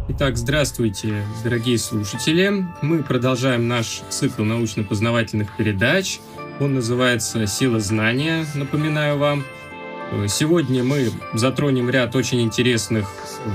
Итак, здравствуйте, дорогие слушатели. Мы продолжаем наш цикл научно-познавательных передач. Он называется «Сила знания», напоминаю вам. Сегодня мы затронем ряд очень интересных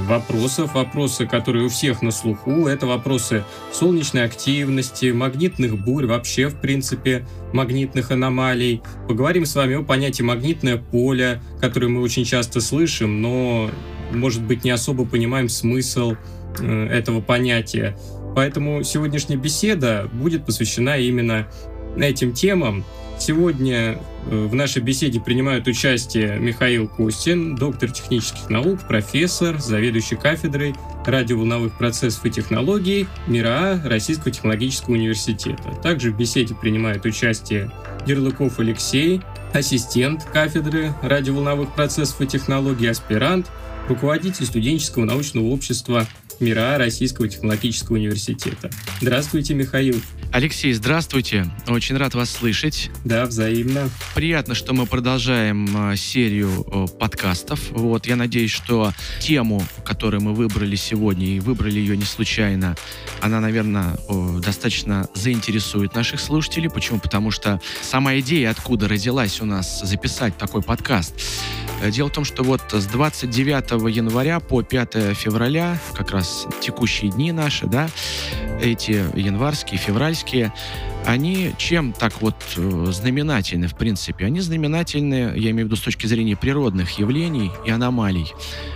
вопросы, которые у всех на слуху. Это вопросы солнечной активности, магнитных бурь, вообще, в принципе, магнитных аномалий. Поговорим с вами о понятии магнитное поле, которое мы очень часто слышим, но, может быть, не особо понимаем смысл этого понятия. Поэтому сегодняшняя беседа будет посвящена именно этим темам. Сегодня в нашей беседе принимают участие Михаил Костин, доктор технических наук, профессор, заведующий кафедрой радиоволновых процессов и технологий МИРА Российского технологического университета. Также в беседе принимает участие Ярлыков Алексей, ассистент кафедры радиоволновых процессов и технологий, аспирант, руководитель студенческого научного общества МИРА Российского технологического университета. Здравствуйте, Михаил. Алексей, здравствуйте. Очень рад вас слышать. Да, взаимно. Приятно, что мы продолжаем серию подкастов. Я надеюсь, что тему, которую мы выбрали сегодня, и выбрали ее не случайно, она, наверное, достаточно заинтересует наших слушателей. Почему? Потому что сама идея, откуда родилась у нас записать такой подкаст. Дело в том, что с 29 января по 5 февраля, как раз текущие дни наши, да, эти январские, февральские, они чем так знаменательны, в принципе? Они знаменательны, я имею в виду с точки зрения природных явлений и аномалий.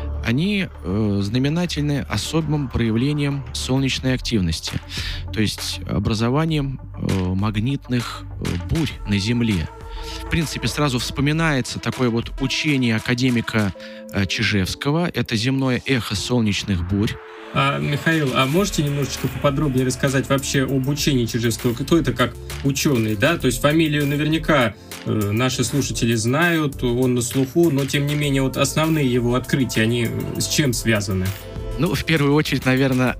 Они знаменательны особым проявлением солнечной активности, то есть образованием магнитных бурь на Земле. В принципе, сразу вспоминается такое учение академика Чижевского. Это земное эхо солнечных бурь. Михаил, можете немножечко поподробнее рассказать вообще об учении Чижевского? Кто это как ученый, да? То есть фамилию наверняка наши слушатели знают, он на слуху, но тем не менее основные его открытия, они с чем связаны? В первую очередь, наверное,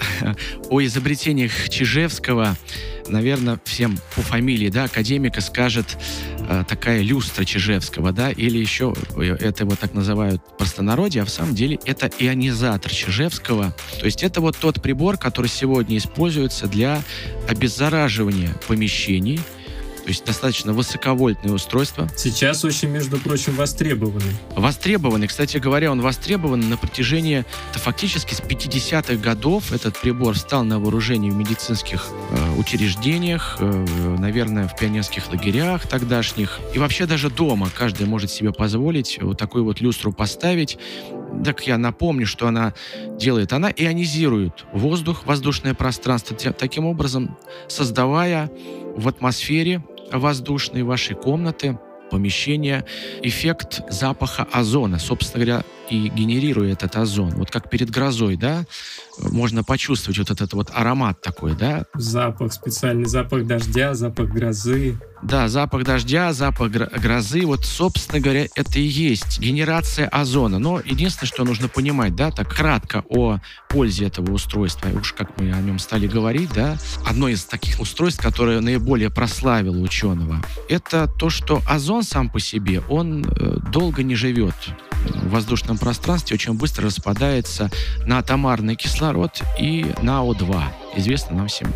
о изобретениях Чижевского, наверное, всем по фамилии, да, академика скажет такая люстра Чижевского, да, или еще это его так называют в простонародье, а в самом деле это ионизатор Чижевского. То есть это тот прибор, который сегодня используется для обеззараживания помещений. То есть достаточно высоковольтное устройство. Сейчас очень, между прочим, востребованы. Кстати говоря, он востребован на протяжении, фактически с 50-х годов. Этот прибор встал на вооружение в медицинских учреждениях, наверное, в пионерских лагерях тогдашних. И вообще даже дома каждый может себе позволить такую люстру поставить. Так я напомню, что она делает. Она ионизирует воздух, воздушное пространство, таким образом создавая в атмосфере воздушной вашей комнаты, помещения, эффект запаха озона, собственно говоря, и генерирует этот озон. Как перед грозой, да, можно почувствовать этот аромат такой, да. Запах, специальный запах дождя, запах грозы. Да, запах дождя, запах грозы, собственно говоря, это и есть генерация озона. Но единственное, что нужно понимать, да, так кратко о пользе этого устройства, уж как мы о нем стали говорить, да, одно из таких устройств, которое наиболее прославило ученого, это то, что озон сам по себе, он долго не живет в воздушном пространстве, очень быстро распадается на атомарный кислород и на О2. Известно нам всем,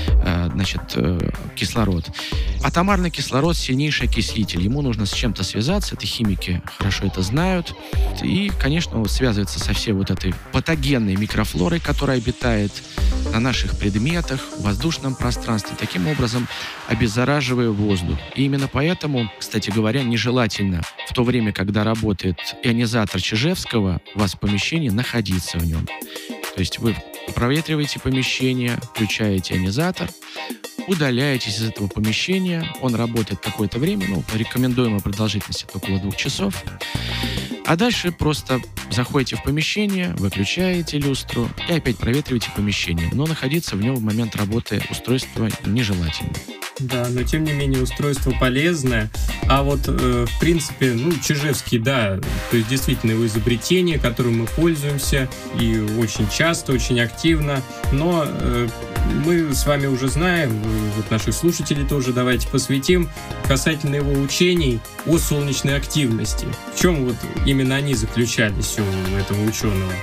кислород. Атомарный кислород – сильнейший окислитель. Ему нужно с чем-то связаться. Это химики хорошо это знают. И, конечно, он связывается со всей этой патогенной микрофлорой, которая обитает на наших предметах, в воздушном пространстве, таким образом обеззараживая воздух. И именно поэтому, кстати говоря, нежелательно в то время, когда работает ионизатор Чижевского, у вас в помещении находиться в нем. То есть вы проветриваете помещение, включаете ионизатор, удаляетесь из этого помещения, он работает какое-то время, рекомендуемая продолжительность около 2 часов, а дальше просто заходите в помещение, выключаете люстру и опять проветриваете помещение, но находиться в нем в момент работы устройства нежелательно. Да, но тем не менее устройство полезное. В принципе, Чижевский, да, то есть действительно его изобретение, которым мы пользуемся и очень часто, очень активно, но мы с вами уже знаем, наших слушателей тоже давайте посвятим касательно его учений о солнечной активности. В чем именно они заключались у этого ученого?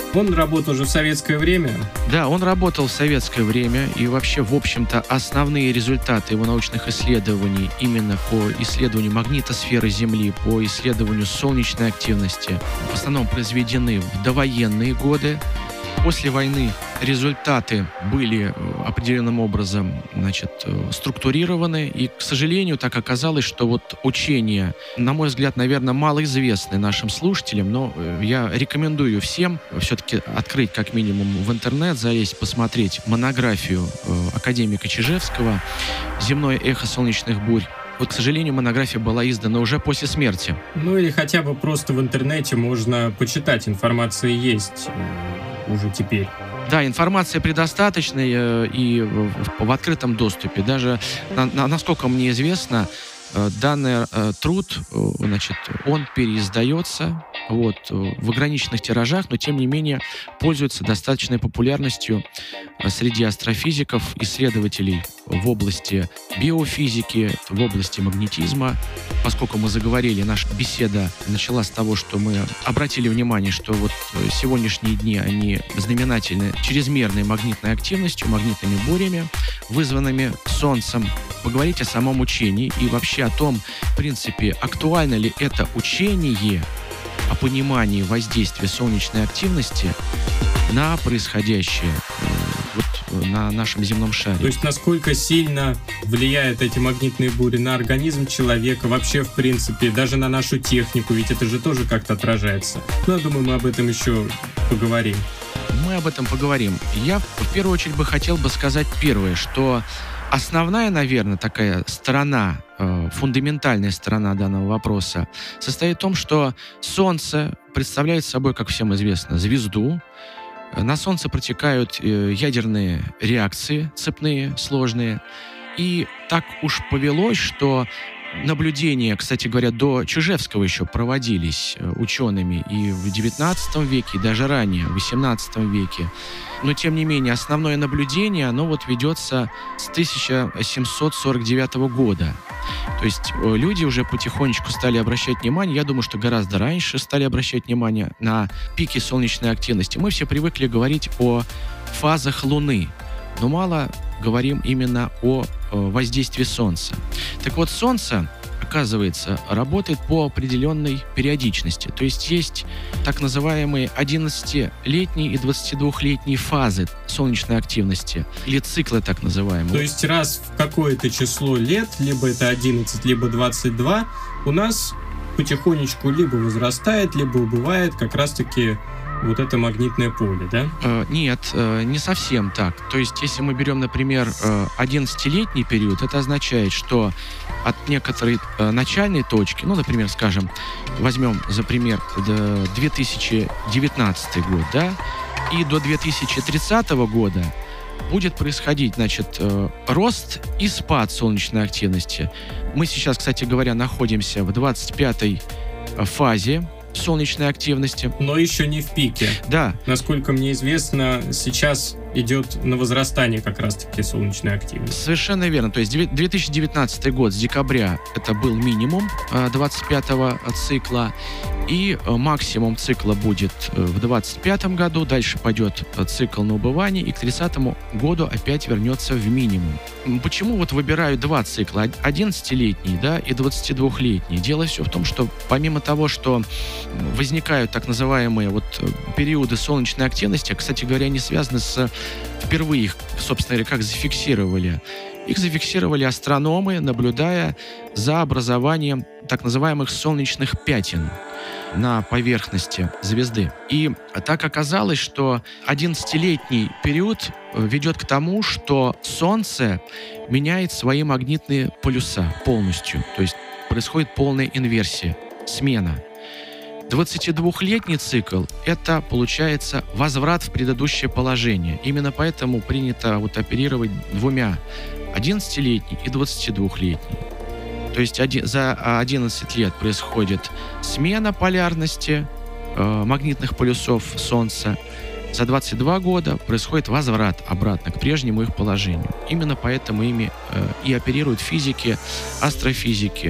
Он работал уже в советское время? Да, он работал в советское время, и вообще, в общем-то, основные результаты его научных исследований именно по исследованию магнитосферы Земли, по исследованию солнечной активности, в основном произведены в довоенные годы. После войны результаты были определенным образом, структурированы, и, к сожалению, так оказалось, что вот учения, на мой взгляд, наверное, малоизвестны нашим слушателям, но я рекомендую всем все-таки открыть как минимум в интернет, залезть, посмотреть монографию академика Чижевского «Земное эхо солнечных бурь». Вот, к сожалению, монография была издана уже после смерти. Ну или хотя бы просто в интернете можно почитать, информация есть уже теперь. Да, информация предостаточная и в открытом доступе. Даже, насколько мне известно, данный труд, он переиздается в ограниченных тиражах, но тем не менее пользуется достаточной популярностью среди астрофизиков, исследователей в области биофизики, в области магнетизма. Поскольку мы заговорили, наша беседа началась с того, что мы обратили внимание, что вот сегодняшние дни, они знаменательны чрезмерной магнитной активностью, магнитными бурями, вызванными Солнцем. Поговорить о самом учении и вообще о том, в принципе, актуально ли это учение о понимании воздействия солнечной активности на происходящее на нашем земном шаре. То есть насколько сильно влияют эти магнитные бури на организм человека, вообще, в принципе, даже на нашу технику, ведь это же тоже как-то отражается. Но я думаю, мы об этом еще поговорим. Мы об этом поговорим. Я, в первую очередь, хотел бы сказать первое, что основная, наверное, такая сторона, фундаментальная сторона данного вопроса состоит в том, что Солнце представляет собой, как всем известно, звезду. На Солнце протекают ядерные реакции, цепные, сложные. И так уж повелось, что наблюдения, кстати говоря, до Чижевского еще проводились учеными и в XIX веке, и даже ранее, в XVIII веке. Но, тем не менее, основное наблюдение, оно ведется с 1749 года. То есть люди уже потихонечку стали обращать внимание, я думаю, что гораздо раньше стали обращать внимание на пики солнечной активности. Мы все привыкли говорить о фазах Луны, но мало говорим именно о воздействии Солнца. Так вот, Солнце, оказывается, работает по определенной периодичности. То есть есть так называемые 11-летние и 22-летние фазы солнечной активности, или циклы так называемые. То есть раз в какое-то число лет, либо это 11, либо 22, у нас потихонечку либо возрастает, либо убывает как раз-таки вот это магнитное поле, да? Нет, не совсем так. То есть, если мы берем, например, 11-летний период, это означает, что от некоторой начальной точки, например, скажем, возьмем за пример 2019 год, да, и до 2030 года будет происходить, рост и спад солнечной активности. Мы сейчас, кстати говоря, находимся в 25-й фазе солнечной активности. Но еще не в пике. Да. Насколько мне известно, сейчас идет на возрастание как раз-таки солнечной активности. Совершенно верно. То есть 2019 год с декабря это был минимум 25-го цикла, и максимум цикла будет в 25-м году, дальше пойдет цикл на убывание, и к 30-му году опять вернется в минимум. Почему выбирают два цикла, 11-летний, да, и 22-летний? Дело все в том, что помимо того, что возникают так называемые периоды солнечной активности, кстати говоря, они связаны с впервые их, собственно говоря, как зафиксировали. Их зафиксировали астрономы, наблюдая за образованием так называемых солнечных пятен на поверхности звезды. И так оказалось, что 11-летний период ведет к тому, что Солнце меняет свои магнитные полюса полностью. То есть происходит полная инверсия, смена. 22-летний цикл – это, получается, возврат в предыдущее положение. Именно поэтому принято оперировать двумя – 11-летний и 22-летний. То есть за 11 лет происходит смена полярности магнитных полюсов Солнца. За 22 года происходит возврат обратно к прежнему их положению. Именно поэтому ими и оперируют физики, астрофизики,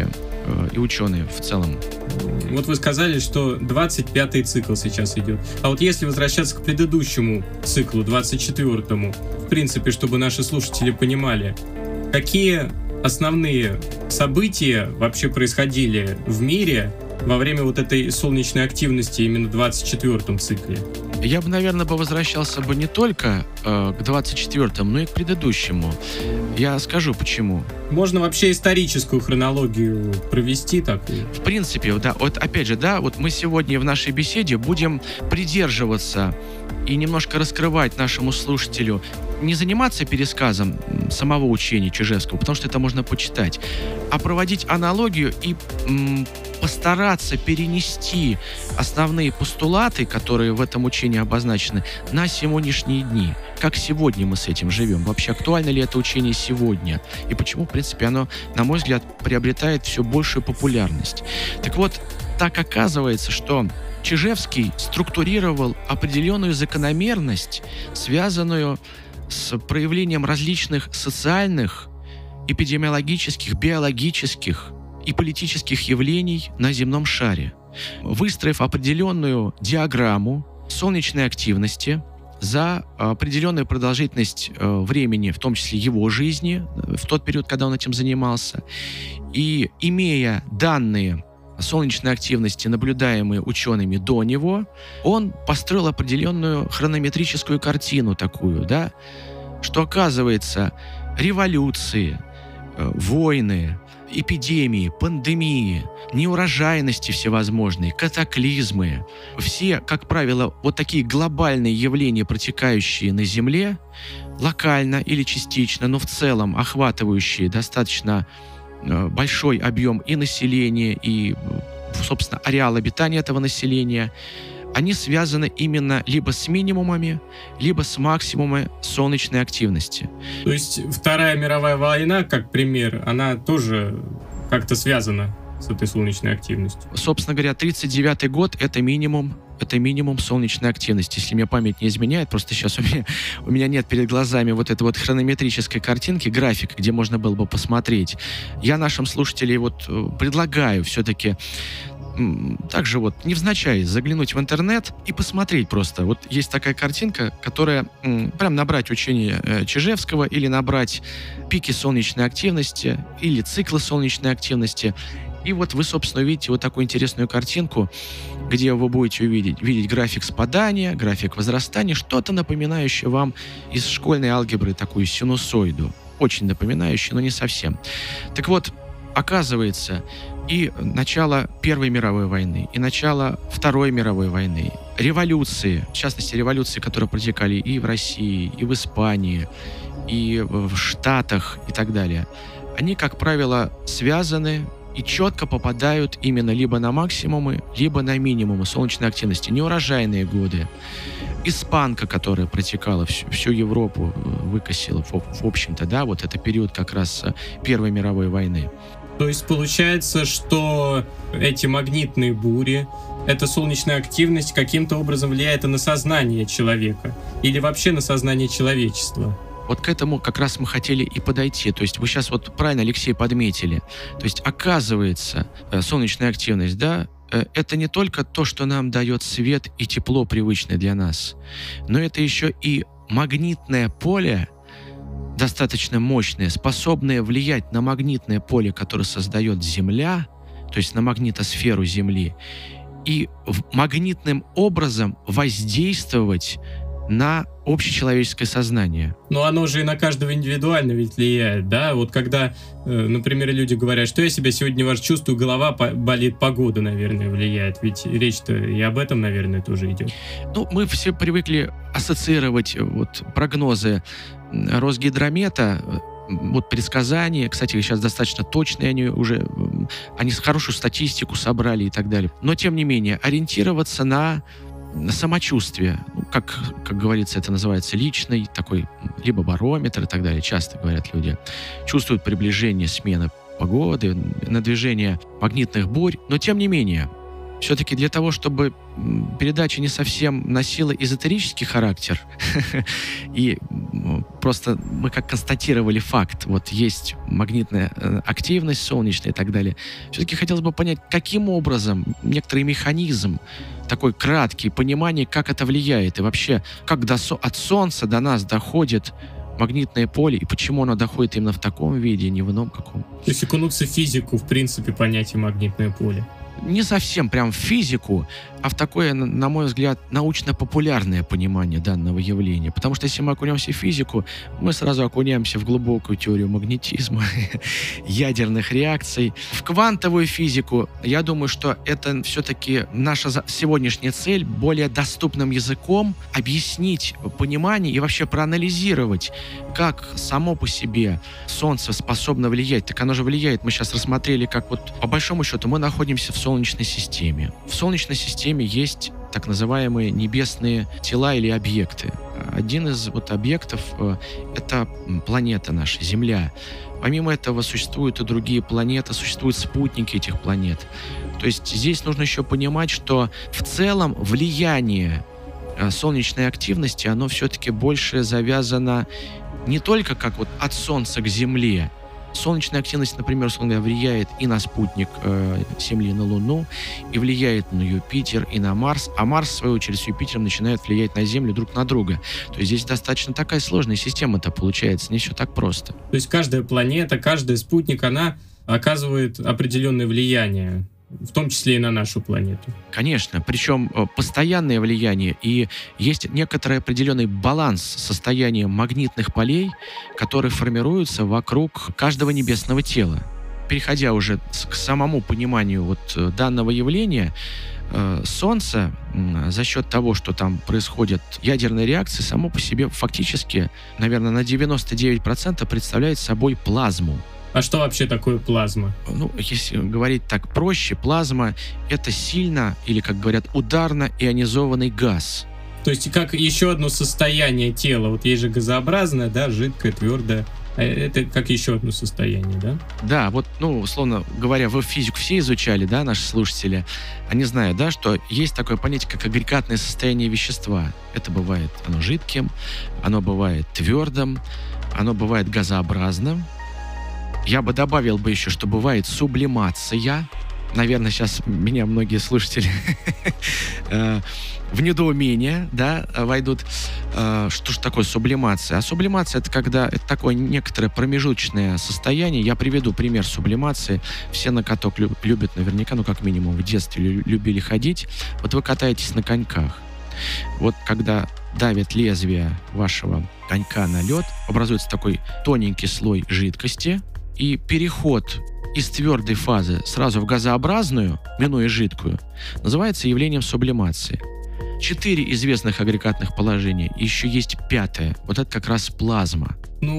и ученые в целом. Вот вы сказали, что 25-й цикл сейчас идет. А вот если возвращаться к предыдущему циклу, 24-му, в принципе, чтобы наши слушатели понимали, какие основные события вообще происходили в мире во время вот этой солнечной активности именно в 24-м цикле? Я бы, наверное, возвращался бы не только к 24-му, но и к предыдущему. Я скажу, почему. Можно вообще историческую хронологию провести так? В принципе, да, вот опять же, да, вот мы сегодня в нашей беседе будем придерживаться и немножко раскрывать нашему слушателю, не заниматься пересказом самого учения Чижевского, потому что это можно почитать, а проводить аналогию и постараться перенести основные постулаты, которые в этом учении обозначены, на сегодняшние дни. Как сегодня мы с этим живем? Вообще актуально ли это учение сегодня? И почему, в принципе, оно, на мой взгляд, приобретает все большую популярность? Так вот, так оказывается, что Чижевский структурировал определенную закономерность, связанную с проявлением различных социальных, эпидемиологических, биологических и политических явлений на земном шаре, выстроив определенную диаграмму солнечной активности за определенную продолжительность времени, в том числе его жизни, в тот период, когда он этим занимался, и имея данные солнечной активности, наблюдаемые учеными до него, он построил определенную хронометрическую картину такую, да, что, оказывается, революции, войны, эпидемии, пандемии, неурожайности всевозможные, катаклизмы, все, как правило, вот такие глобальные явления, протекающие на Земле, локально или частично, но в целом охватывающие достаточно большой объем и населения, и, собственно, ареал обитания этого населения, они связаны именно либо с минимумами, либо с максимумами солнечной активности. То есть Вторая мировая война, как пример, она тоже как-то связана с этой солнечной активностью? Собственно говоря, 1939 год — это минимум солнечной активности. Если мне память не изменяет, просто сейчас у меня нет перед глазами вот этой вот хронометрической картинки, графика, где можно было бы посмотреть. Я нашим слушателям вот предлагаю все-таки также вот невзначай заглянуть в интернет и посмотреть просто. Вот есть такая картинка, которая прям набрать учение Чижевского или набрать пики солнечной активности или циклы солнечной активности. И вот вы, собственно, увидите вот такую интересную картинку, где вы будете видеть график спадания, график возрастания, что-то напоминающее вам из школьной алгебры, такую синусоиду. Очень напоминающее, но не совсем. Так вот, оказывается, и начало Первой мировой войны, и начало Второй мировой войны, революции, в частности, революции, которые протекали и в России, и в Испании, и в Штатах, и так далее, они, как правило, связаны и четко попадают именно либо на максимумы, либо на минимумы солнечной активности. Неурожайные годы, испанка, которая протекала всю Европу, выкосила, в общем-то, да, вот это период как раз Первой мировой войны. То есть получается, что эти магнитные бури, эта солнечная активность каким-то образом влияет и на сознание человека или вообще на сознание человечества? Вот к этому как раз мы хотели и подойти. То есть вы сейчас вот правильно, Алексей, подметили. То есть оказывается, солнечная активность, да, это не только то, что нам дает свет и тепло, привычное для нас, но это еще и магнитное поле, достаточно мощное, способное влиять на магнитное поле, которое создает Земля, то есть на магнитосферу Земли, и магнитным образом воздействовать на общечеловеческое сознание. Но оно же и на каждого индивидуально ведь влияет, да? Вот когда, например, люди говорят, что я себя сегодня не чувствую, голова болит, погода, наверное, влияет. Ведь речь-то и об этом, наверное, тоже идет. Ну, мы все привыкли ассоциировать вот прогнозы Росгидромета, вот предсказания, кстати, сейчас достаточно точные они хорошую статистику собрали и так далее. Но, тем не менее, ориентироваться на самочувствие, как говорится, это называется личный такой, либо барометр и так далее, часто говорят люди, чувствуют приближение смены погоды, надвижение магнитных бурь, но тем не менее, все-таки для того, чтобы передача не совсем носила эзотерический характер, и просто мы как констатировали факт, вот есть магнитная активность солнечная и так далее, все-таки хотелось бы понять, каким образом некоторый механизм, такой краткий, понимание, как это влияет, и вообще, как от Солнца до нас доходит магнитное поле, и почему оно доходит именно в таком виде, не в ином каком. То есть окунуться в физику, в принципе, понятие магнитное поле. Не совсем прям в физику, а в такое, на мой взгляд, научно-популярное понимание данного явления. Потому что если мы окунемся в физику, мы сразу окунемся в глубокую теорию магнетизма, ядерных реакций. В квантовую физику, я думаю, что это все-таки наша сегодняшняя цель более доступным языком объяснить понимание и вообще проанализировать, как само по себе Солнце способно влиять. Так оно же влияет. Мы сейчас рассмотрели, как вот по большому счету мы находимся в Солнечной системе. В Солнечной системе есть так называемые небесные тела или объекты. Один из объектов — это планета наша, Земля. Помимо этого существуют и другие планеты, существуют спутники этих планет. То есть здесь нужно еще понимать, что в целом влияние солнечной активности, оно все-таки больше завязано не только как вот от Солнца к Земле. Солнечная активность, например, влияет и на спутник Земли, на Луну, и влияет на Юпитер, и на Марс, а Марс, в свою очередь, с Юпитером начинает влиять на Землю друг на друга. То есть здесь достаточно такая сложная система-то получается, не все так просто. То есть каждая планета, каждый спутник, она оказывает определенное влияние, в том числе и на нашу планету. Конечно, причем постоянное влияние, и есть некоторый определенный баланс состояния магнитных полей, которые формируются вокруг каждого небесного тела. Переходя уже к самому пониманию данного явления, Солнце за счет того, что там происходят ядерные реакции, само по себе фактически, наверное, на 99% представляет собой плазму. А что вообще такое плазма? Если говорить так проще, плазма — это сильно, или, как говорят, ударно-ионизованный газ. То есть как еще одно состояние тела. Вот есть же газообразное, да, жидкое, твердое. А это как еще одно состояние, да? Да, условно говоря, вы физику все изучали, да, наши слушатели. Они знают, да, что есть такое понятие, как агрегатное состояние вещества. Это бывает оно жидким, оно бывает твердым, оно бывает газообразным. Я бы добавил еще, что бывает сублимация. Наверное, сейчас меня многие слушатели в недоумение, да, войдут. Что же такое сублимация? А сублимация — это когда это такое некоторое промежуточное состояние. Я приведу пример сублимации. Все на каток любят наверняка, как минимум в детстве любили ходить. Вот вы катаетесь на коньках. Вот когда давит лезвие вашего конька на лед, образуется такой тоненький слой жидкости, и переход из твердой фазы сразу в газообразную, минуя жидкую, называется явлением сублимации. 4 известных агрегатных положения, и еще есть 5-е. Вот это как раз плазма.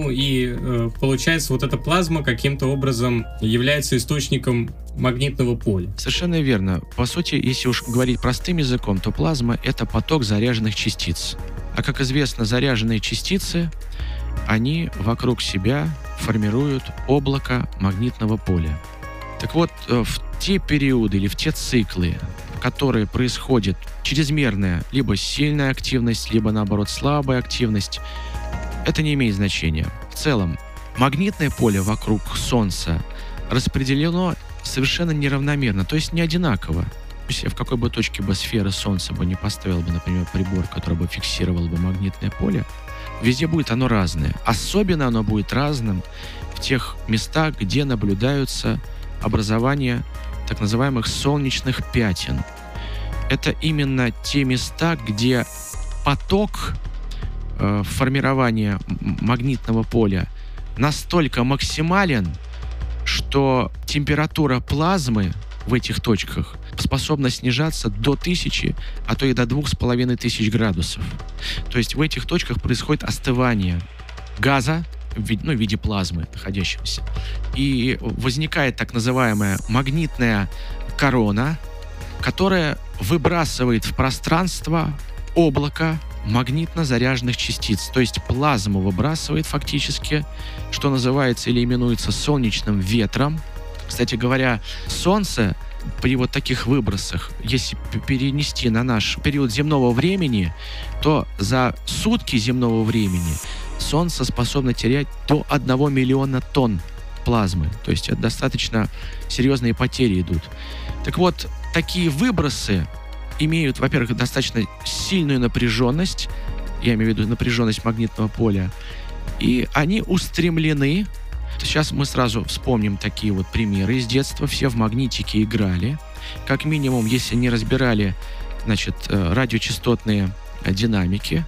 Получается, эта плазма каким-то образом является источником магнитного поля. Совершенно верно. По сути, если уж говорить простым языком, то плазма — это поток заряженных частиц. А как известно, заряженные частицы, они вокруг себя формируют облако магнитного поля. Так вот, в те периоды или в те циклы, в которые происходит чрезмерная либо сильная активность, либо, наоборот, слабая активность, это не имеет значения. В целом, магнитное поле вокруг Солнца распределено совершенно неравномерно, то есть не одинаково. Если в какой бы точке сферы Солнца не поставил бы, например, прибор, который бы фиксировал бы магнитное поле, везде будет оно разное. Особенно оно будет разным в тех местах, где наблюдаются образование так называемых солнечных пятен. Это именно те места, где поток формирования магнитного поля настолько максимален, что температура плазмы в этих точках способна снижаться до 1000, а то и до 2500 градусов. То есть в этих точках происходит остывание газа в виде плазмы находящегося. И возникает так называемая магнитная корона, которая выбрасывает в пространство облако магнитно заряженных частиц. То есть плазму выбрасывает фактически, что называется или именуется солнечным ветром. Кстати говоря, Солнце при вот таких выбросах, если перенести на наш период земного времени, то за сутки земного времени Солнце способно терять до 1 миллиона тонн плазмы. То есть это достаточно серьезные потери идут. Так вот, такие выбросы имеют, во-первых, достаточно сильную напряженность, я имею в виду напряженность магнитного поля, и они устремлены. Сейчас мы сразу вспомним такие вот примеры из детства. Все в магнитике играли. Как минимум, если не разбирали, значит, радиочастотные динамики,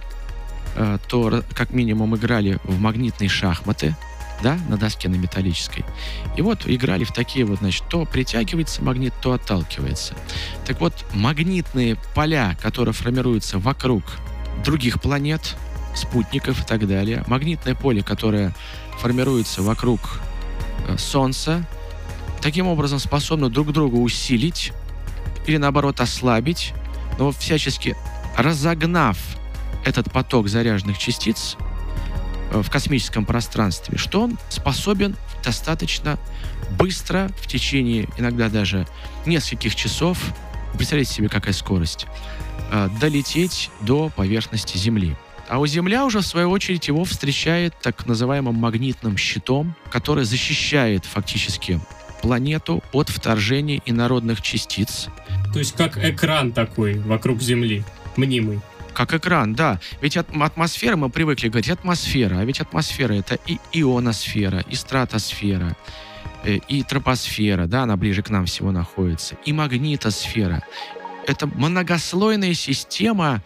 то как минимум играли в магнитные шахматы, да, на доске на металлической. И вот играли в такие вот, значит, то притягивается магнит, то отталкивается. Так вот, магнитные поля, которые формируются вокруг других планет, спутников и так далее, магнитное поле, которое формируется вокруг Солнца, таким образом способны друг друга усилить или, наоборот, ослабить, но всячески разогнав этот поток заряженных частиц в космическом пространстве, что он способен достаточно быстро, в течение иногда даже нескольких часов, представляете себе, какая скорость, долететь до поверхности Земли. А Земля уже, в свою очередь, его встречает так называемым магнитным щитом, который защищает фактически планету от вторжения инородных частиц. То есть как экран такой вокруг Земли, мнимый. Как экран, да. Ведь атмосфера, мы привыкли говорить, атмосфера. А ведь атмосфера — это и ионосфера, и стратосфера, и тропосфера, да, она ближе к нам всего находится, и магнитосфера. Это многослойная система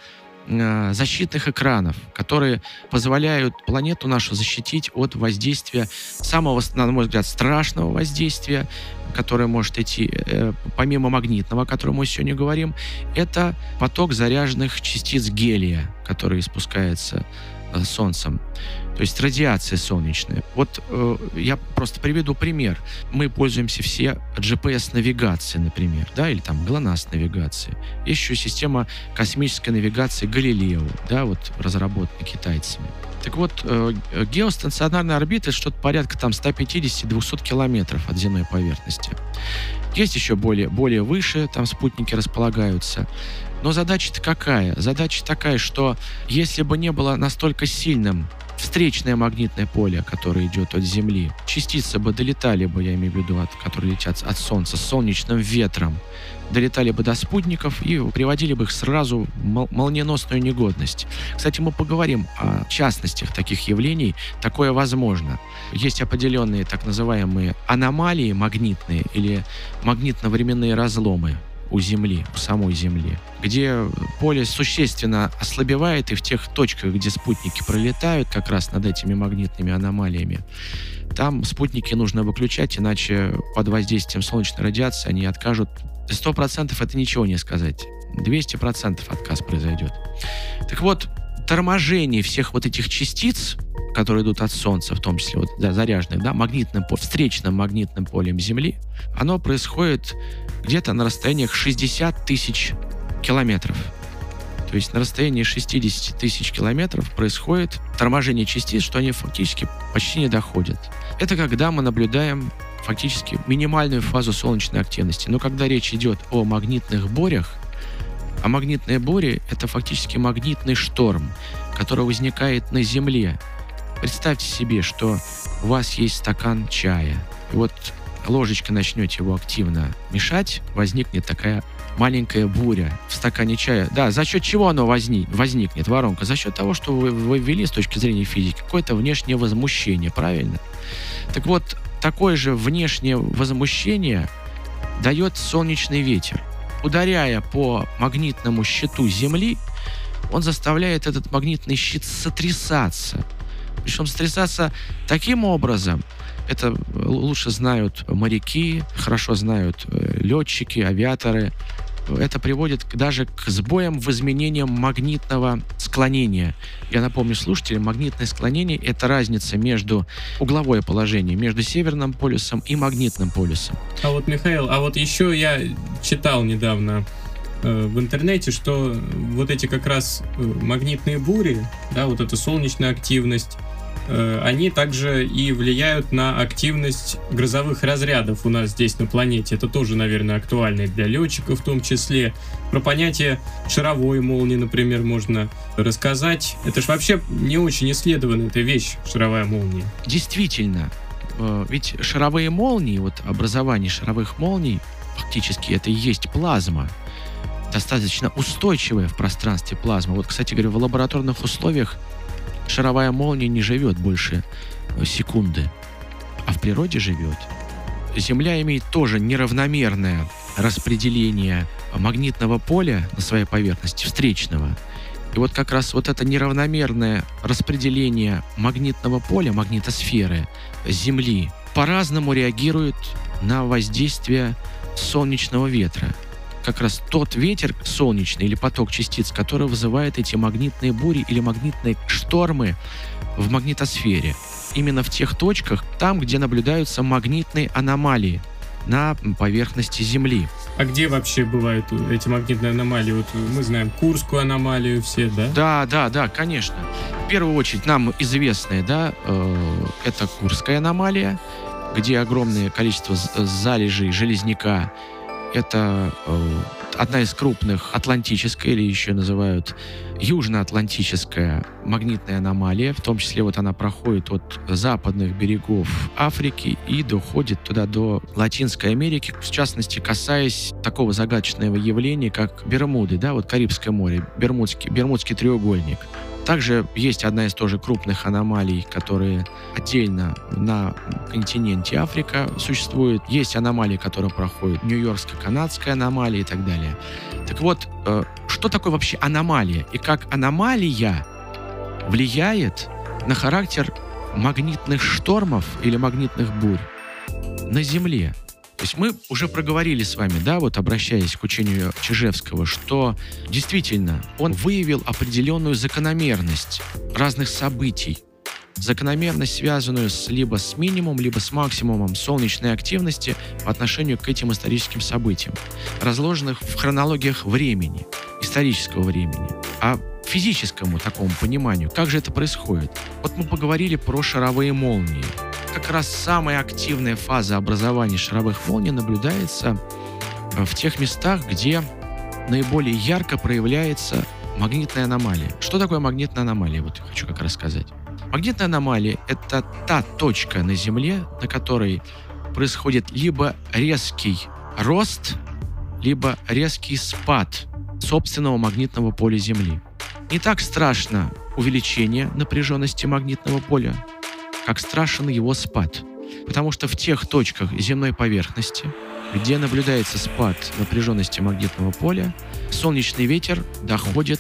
защитных экранов, которые позволяют планету нашу защитить от воздействия, самого, на мой взгляд, страшного воздействия, которое может идти помимо магнитного, о котором мы сегодня говорим, это поток заряженных частиц гелия, который испускается Солнцем. То есть радиация солнечная. Вот я просто приведу пример. Мы пользуемся все GPS-навигацией, например, да, или там ГЛОНАСС-навигацией. Есть еще система космической навигации Галилео, да, вот разработанная китайцами. Так вот, геостационарная орбита — что-то порядка там 150-200 километров от земной поверхности. Есть еще более выше, там спутники располагаются. Но задача-то какая? Задача такая, что если бы не было настолько сильным встречное магнитное поле, которое идет от Земли, частицы бы долетали бы, я имею в виду, которые летят от Солнца, с солнечным ветром, долетали бы до спутников и приводили бы их сразу в молниеносную негодность. Кстати, мы поговорим о частностях таких явлений. Такое возможно. Есть определенные так называемые аномалии магнитные или магнитно-временные разломы у Земли, у самой Земли, где поле существенно ослабевает, и в тех точках, где спутники пролетают как раз над этими магнитными аномалиями, там спутники нужно выключать, иначе под воздействием солнечной радиации они откажут. 100% это ничего не сказать. 200% отказ произойдет. Так вот, торможение всех вот этих частиц, которые идут от Солнца, в том числе вот, да, заряженных, да, встречным магнитным полем Земли, оно происходит где-то на расстояниях 60 тысяч километров. То есть на расстоянии 60 тысяч километров происходит торможение частиц, что они фактически почти не доходят. Это когда мы наблюдаем фактически минимальную фазу солнечной активности. Но когда речь идет о магнитных бурях, а магнитные бури — это фактически магнитный шторм, который возникает на Земле. Представьте себе, что у вас есть стакан чая, и вот ложечкой начнете его активно мешать, возникнет такая маленькая буря в стакане чая. Да, за счет чего оно возникнет, воронка? За счет того, что вы ввели с точки зрения физики какое-то внешнее возмущение, правильно? Так вот, такое же внешнее возмущение дает солнечный ветер. Ударяя по магнитному щиту Земли, он заставляет этот магнитный щит сотрясаться. Причем сотрясаться таким образом, это лучше знают моряки, хорошо знают летчики, авиаторы. Это приводит даже к сбоям в изменении магнитного склонения. Я напомню слушателям, магнитное склонение — это разница между угловое положение между Северным полюсом и магнитным полюсом. А вот, Михаил, еще я читал недавно в интернете, что вот эти как раз магнитные бури, да, вот эта солнечная активность, они также и влияют на активность грозовых разрядов у нас здесь на планете. Это тоже, наверное, актуально и для летчиков в том числе. Про понятие шаровой молнии, например, можно рассказать. Это ж вообще не очень исследованная эта вещь, шаровая молния. Действительно, ведь шаровые молнии, вот образование шаровых молний, фактически это и есть плазма. Достаточно устойчивая в пространстве плазма. Вот, кстати говоря, в лабораторных условиях шаровая молния не живет больше секунды, а в природе живет. Земля имеет тоже неравномерное распределение магнитного поля на своей поверхности, встречного. И вот как раз вот это неравномерное распределение магнитного поля, магнитосферы Земли по-разному реагирует на воздействие солнечного ветра. Как раз тот ветер солнечный или поток частиц, который вызывает эти магнитные бури или магнитные штормы в магнитосфере. Именно в тех точках, там, где наблюдаются магнитные аномалии на поверхности Земли. А где вообще бывают эти магнитные аномалии? Вот мы знаем Курскую аномалию все, да? Да, конечно. В первую очередь нам известная, это Курская аномалия, где огромное количество залежей железняка. Это одна из крупных атлантическая, или еще называют южноатлантическая магнитная аномалия. В том числе вот она проходит от западных берегов Африки и доходит туда до Латинской Америки, в частности, касаясь такого загадочного явления, как Бермуды, вот Карибское море, Бермудский треугольник. Также есть одна из тоже крупных аномалий, которые отдельно на континенте Африка существуют. Есть аномалии, которые проходят, Нью-Йоркско-канадская аномалия и так далее. Так вот, что такое вообще аномалия? И как аномалия влияет на характер магнитных штормов или магнитных бурь на Земле? То есть мы уже проговорили с вами, обращаясь к учению Чижевского, что действительно он выявил определенную закономерность разных событий. Закономерность, связанную либо с минимумом, либо с максимумом солнечной активности по отношению к этим историческим событиям, разложенных в хронологиях времени, исторического времени. А физическому такому пониманию, как же это происходит? Вот мы поговорили про шаровые молнии. Как раз самая активная фаза образования шаровых молний наблюдается в тех местах, где наиболее ярко проявляется магнитная аномалия. Что такое магнитная аномалия? Вот я хочу как раз сказать. Магнитная аномалия — это та точка на Земле, на которой происходит либо резкий рост, либо резкий спад собственного магнитного поля Земли. Не так страшно увеличение напряженности магнитного поля, как страшен его спад. Потому что в тех точках земной поверхности, где наблюдается спад напряженности магнитного поля, солнечный ветер доходит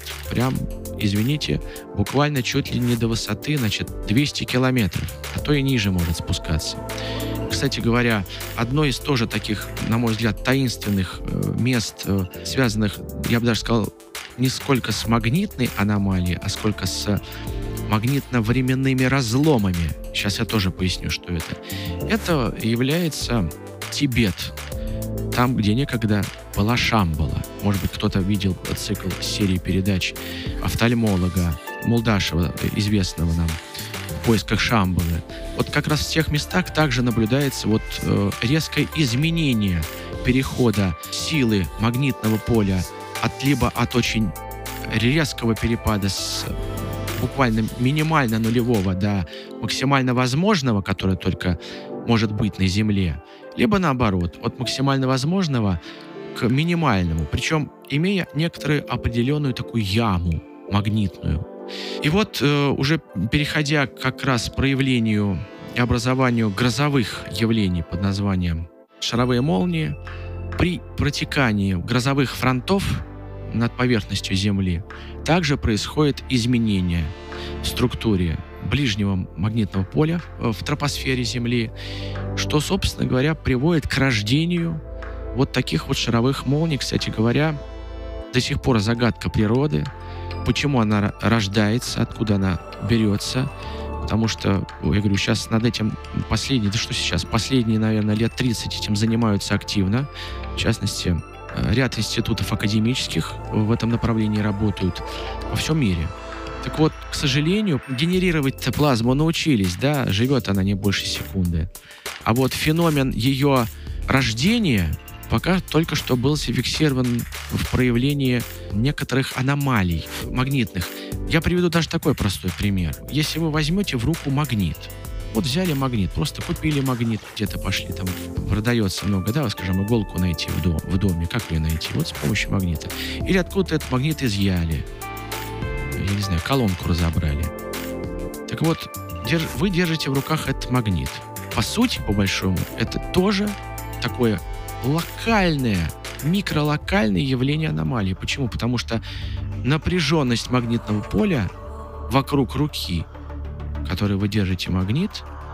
буквально чуть ли не до высоты, 200 километров, а то и ниже может спускаться. Кстати говоря, одно из тоже таких, на мой взгляд, таинственных мест, связанных, я бы даже сказал, не сколько с магнитной аномалией, а сколько с магнитно-временными разломами. Сейчас я тоже поясню, что это. Это является Тибет. Там, где некогда была Шамбала. Может быть, кто-то видел цикл серии передач офтальмолога Молдашева, известного нам, в поисках Шамбалы. Вот как раз в тех местах также наблюдается резкое изменение перехода силы магнитного поля либо от очень резкого перепада с буквально минимально нулевого до максимально возможного, который только может быть на Земле, либо наоборот, от максимально возможного к минимальному, причем имея некоторую определенную такую яму магнитную. И уже переходя как раз к проявлению и образованию грозовых явлений под названием шаровые молнии, при протекании грозовых фронтов над поверхностью Земли также происходит изменение в структуре ближнего магнитного поля в тропосфере Земли, что, собственно говоря, приводит к рождению таких шаровых молний. Кстати говоря, до сих пор загадка природы, почему она рождается, откуда она берется, потому что, я говорю, сейчас над этим последние, наверное, лет 30 этим занимаются активно, в частности, ряд институтов академических в этом направлении работают во всем мире. Так вот, к сожалению, генерировать плазму научились, да, живет она не больше секунды. А вот феномен ее рождения пока только что был зафиксирован в проявлении некоторых аномалий магнитных. Я приведу даже такой простой пример. Если вы возьмете в руку магнит, вот взяли магнит, просто купили магнит, где-то пошли, там продается много, да, скажем, иголку найти в доме, как ее найти? Вот с помощью магнита. Или откуда-то этот магнит изъяли, я не знаю, колонку разобрали. Так вот, вы держите в руках этот магнит. По сути, по большому, это тоже такое локальное, микролокальное явление аномалии. Почему? Потому что напряженность магнитного поля вокруг руки, которой вы держите магнит,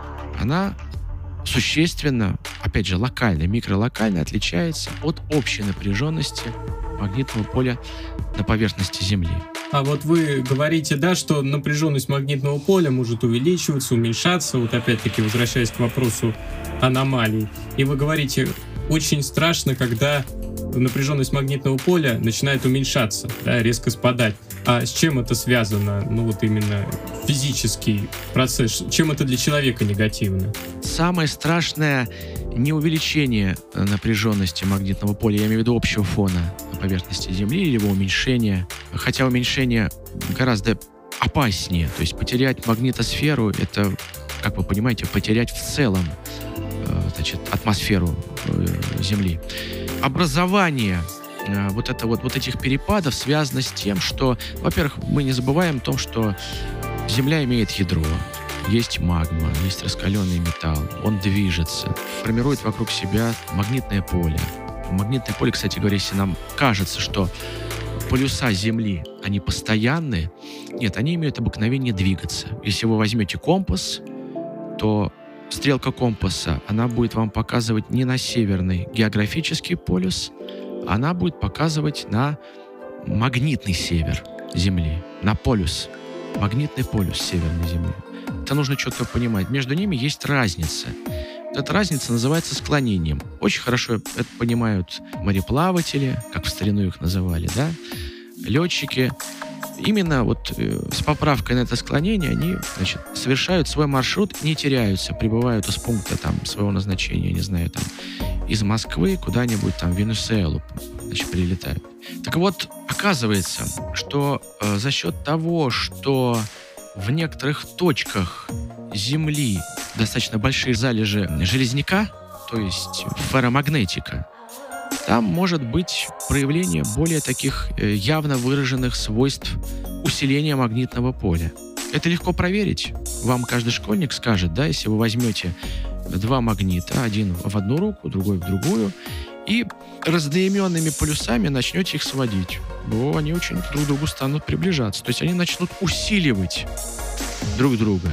она существенно, опять же, локально, микролокально отличается от общей напряженности магнитного поля на поверхности Земли. А вот вы говорите, да, что напряженность магнитного поля может увеличиваться, уменьшаться, вот опять-таки возвращаясь к вопросу аномалий. И вы говорите, очень страшно, когда напряженность магнитного поля начинает уменьшаться, да, резко спадать. А с чем это связано? Ну вот именно физический процесс. Чем это для человека негативно? Самое страшное не увеличение напряженности магнитного поля, я имею в виду общего фона на поверхности Земли, или его уменьшение. Хотя уменьшение гораздо опаснее. То есть потерять магнитосферу — это, как вы понимаете, потерять в целом, значит, атмосферу Земли. Образование вот этих перепадов связано с тем, что, во-первых, мы не забываем о том, что Земля имеет ядро, есть магма, есть раскаленный металл, он движется, формирует вокруг себя магнитное поле. Магнитное поле, кстати говоря, если нам кажется, что полюса Земли, они постоянные, нет, они имеют обыкновение двигаться. Если вы возьмете компас, то стрелка компаса, она будет вам показывать не на северный географический полюс, она будет показывать на магнитный север Земли, на полюс, магнитный полюс Северной Земли. Это нужно четко понимать. Между ними есть разница. Эта разница называется склонением. Очень хорошо это понимают мореплаватели, как в старину их называли, да, летчики. Именно вот с поправкой на это склонение они, значит, совершают свой маршрут, не теряются, прибывают из пункта там своего назначения, не знаю, там, из Москвы куда-нибудь там в Венесуэлу, значит, прилетают. Так вот, оказывается, что за счет того, что в некоторых точках Земли достаточно большие залежи железняка, то есть ферромагнетика, там может быть проявление более таких явно выраженных свойств усиления магнитного поля. Это легко проверить. Вам каждый школьник скажет, да, если вы возьмете два магнита, один в одну руку, другой в другую, и разноименными полюсами начнете их сводить, то они очень друг к другу станут приближаться. То есть они начнут усиливать друг друга.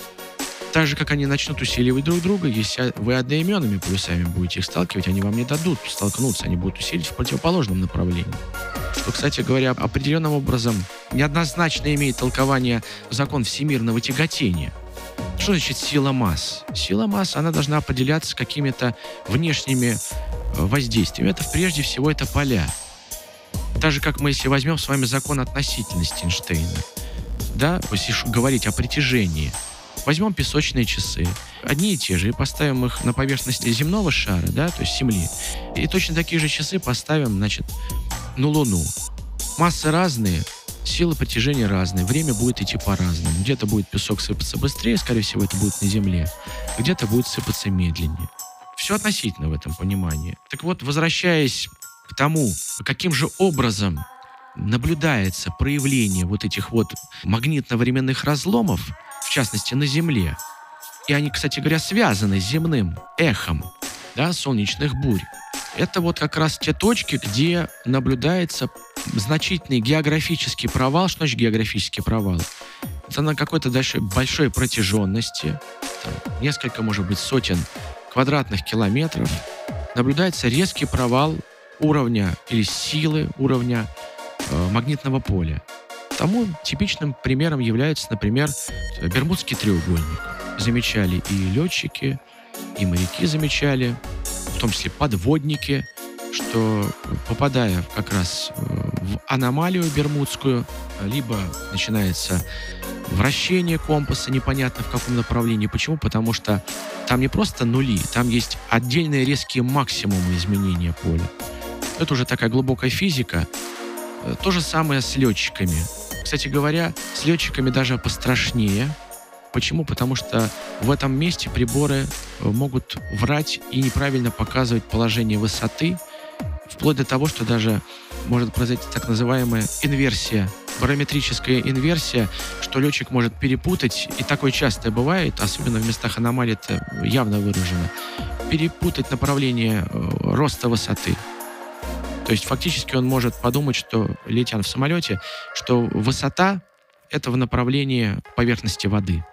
Так же, как они начнут усиливать друг друга, если вы одноименными полюсами будете их сталкивать, они вам не дадут столкнуться, они будут усиливать в противоположном направлении. Что, кстати говоря, определенным образом неоднозначно имеет толкование закон всемирного тяготения. Что значит сила масс? Сила масс, она должна определяться какими-то внешними воздействиями. Это прежде всего это поля. Так же, как мы, если возьмем с вами закон относительности Эйнштейна, да, если говорить о притяжении, возьмем песочные часы, одни и те же, и поставим их на поверхности земного шара, да, то есть Земли, и точно такие же часы поставим, значит, на Луну. Массы разные, силы притяжения разные, время будет идти по-разному. Где-то будет песок сыпаться быстрее, скорее всего, это будет на Земле, где-то будет сыпаться медленнее. Все относительно в этом понимании. Так вот, возвращаясь к тому, каким же образом наблюдается проявление вот этих вот магнитно-временных разломов, в частности, на Земле. И они, кстати говоря, связаны с земным эхом, да, солнечных бурь. Это вот как раз те точки, где наблюдается значительный географический провал. Что значит географический провал? Это на какой-то большой протяженности, там, несколько, может быть, сотен квадратных километров, наблюдается резкий провал уровня или силы уровня магнитного поля. Тому типичным примером является, например, Бермудский треугольник. Замечали и летчики, и моряки замечали, в том числе подводники, что, попадая как раз в аномалию бермудскую, либо начинается вращение компаса, непонятно в каком направлении. Почему? Потому что там не просто нули, там есть отдельные резкие максимумы изменения поля. Это уже такая глубокая физика. То же самое с летчиками. Кстати говоря, с летчиками даже пострашнее. Почему? Потому что в этом месте приборы могут врать и неправильно показывать положение высоты, вплоть до того, что даже может произойти так называемая инверсия, барометрическая инверсия, что летчик может перепутать, и такое часто бывает, особенно в местах аномалий это явно выражено, перепутать направление роста высоты. То есть фактически он может подумать, что, летя в самолете, что высота — это в направлении поверхности воды.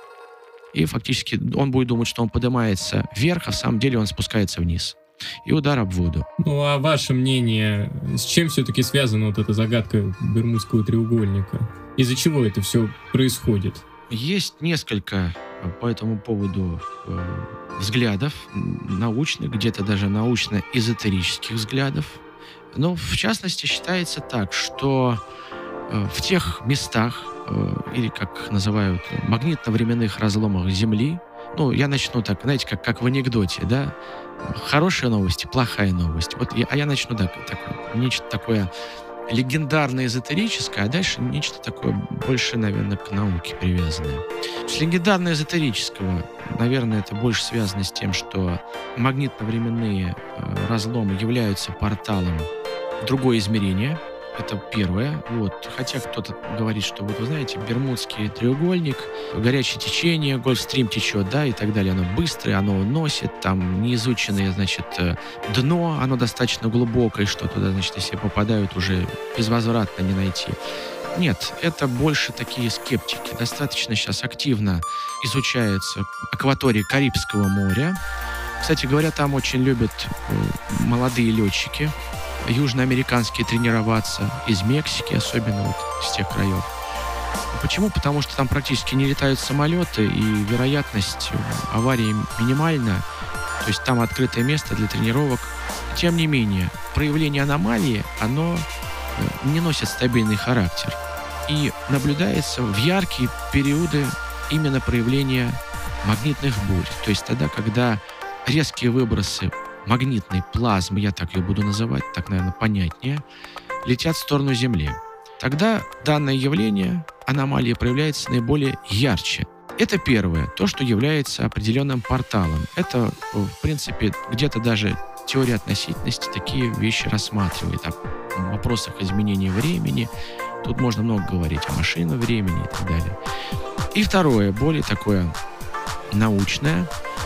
И фактически он будет думать, что он поднимается вверх, а в самом деле он спускается вниз. И удар об воду. Ну, а ваше мнение, с чем все-таки связана вот эта загадка Бермудского треугольника? Из-за чего это все происходит? Есть несколько по этому поводу взглядов научных, где-то даже научно-эзотерических взглядов. Но, в частности, считается так, что в тех местах, или, как называют, магнитно-временных разломах Земли, ну, я начну так, знаете, как в анекдоте, да? Хорошая новость и плохая новость. Вот я начну так, нечто такое легендарное, эзотерическое, а дальше нечто такое больше, наверное, к науке привязанное. С легендарно-эзотерического, наверное, это больше связано с тем, что магнитно-временные разломы являются порталом в другое измерение. Это первое. Вот. Хотя кто-то говорит, что вот вы знаете, Бермудский треугольник, горячее течение, Гольфстрим течет, да, и так далее. Оно быстрое, оно уносит, там неизученное, значит, дно, оно достаточно глубокое, что туда, значит, если попадают, уже безвозвратно не найти. Нет, это больше такие скептики. Достаточно сейчас активно изучается акватория Карибского моря. Кстати говоря, там очень любят молодые летчики южноамериканские тренироваться, из Мексики, особенно вот с тех краев. Почему? Потому что там практически не летают самолеты, и вероятность аварии минимальна. То есть там открытое место для тренировок. Тем не менее, проявление аномалии, оно не носит стабильный характер. И наблюдается в яркие периоды именно проявления магнитных бурь. То есть тогда, когда резкие выбросы магнитной плазмы, я так ее буду называть, так, наверное, понятнее, летят в сторону Земли. Тогда данное явление, аномалия, проявляется наиболее ярче. Это первое, то, что является определенным порталом. Это, в принципе, где-то даже теория относительности такие вещи рассматривает. О вопросах изменения времени. Тут можно много говорить о машинах времени и так далее. И второе, более такое научное,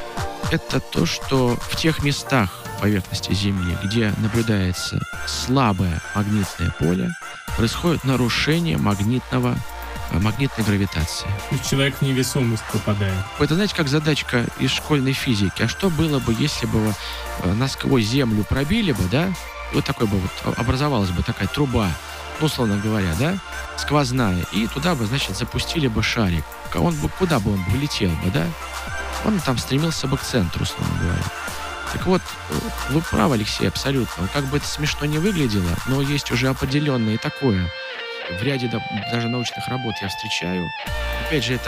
это то, что в тех местах поверхности Земли, где наблюдается слабое магнитное поле, происходит нарушение магнитной гравитации. Человек в невесомость попадает. Это, знаете, как задачка из школьной физики. А что было бы, если бы насквозь Землю пробили бы, да? Вот такой бы вот образовалась бы такая труба, ну, условно говоря, да? Сквозная. И туда бы, значит, запустили бы шарик. Куда бы он улетел бы, да? Он там стремился бы к центру, условно говоря. Так вот, вы правы, Алексей, абсолютно. Как бы это смешно не выглядело, но есть уже определенное такое. В ряде даже научных работ я встречаю. Опять же,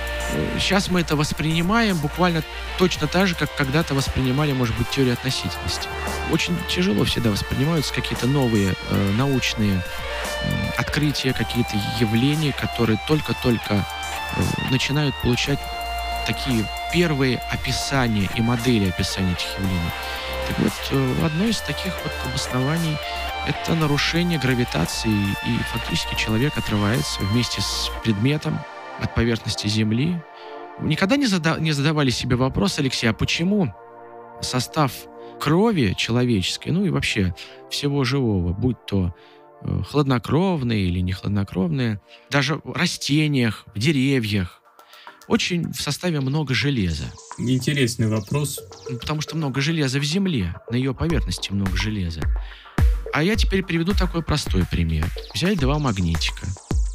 сейчас мы это воспринимаем буквально точно так же, как когда-то воспринимали, может быть, теорию относительности. Очень тяжело всегда воспринимаются какие-то новые научные открытия, какие-то явления, которые только-только начинают получать такие первые описания и модели описания этих явлений. Так вот, одно из таких вот обоснований — это нарушение гравитации, и фактически человек отрывается вместе с предметом от поверхности Земли. Никогда не задавали себе вопрос, Алексей, а почему состав крови человеческой, ну и вообще всего живого, будь то хладнокровные или не хладнокровные, даже в растениях, в деревьях, очень в составе много железа. Интересный вопрос. Потому что много железа в Земле, на ее поверхности много железа. А я теперь приведу такой простой пример. Взяли два магнитика.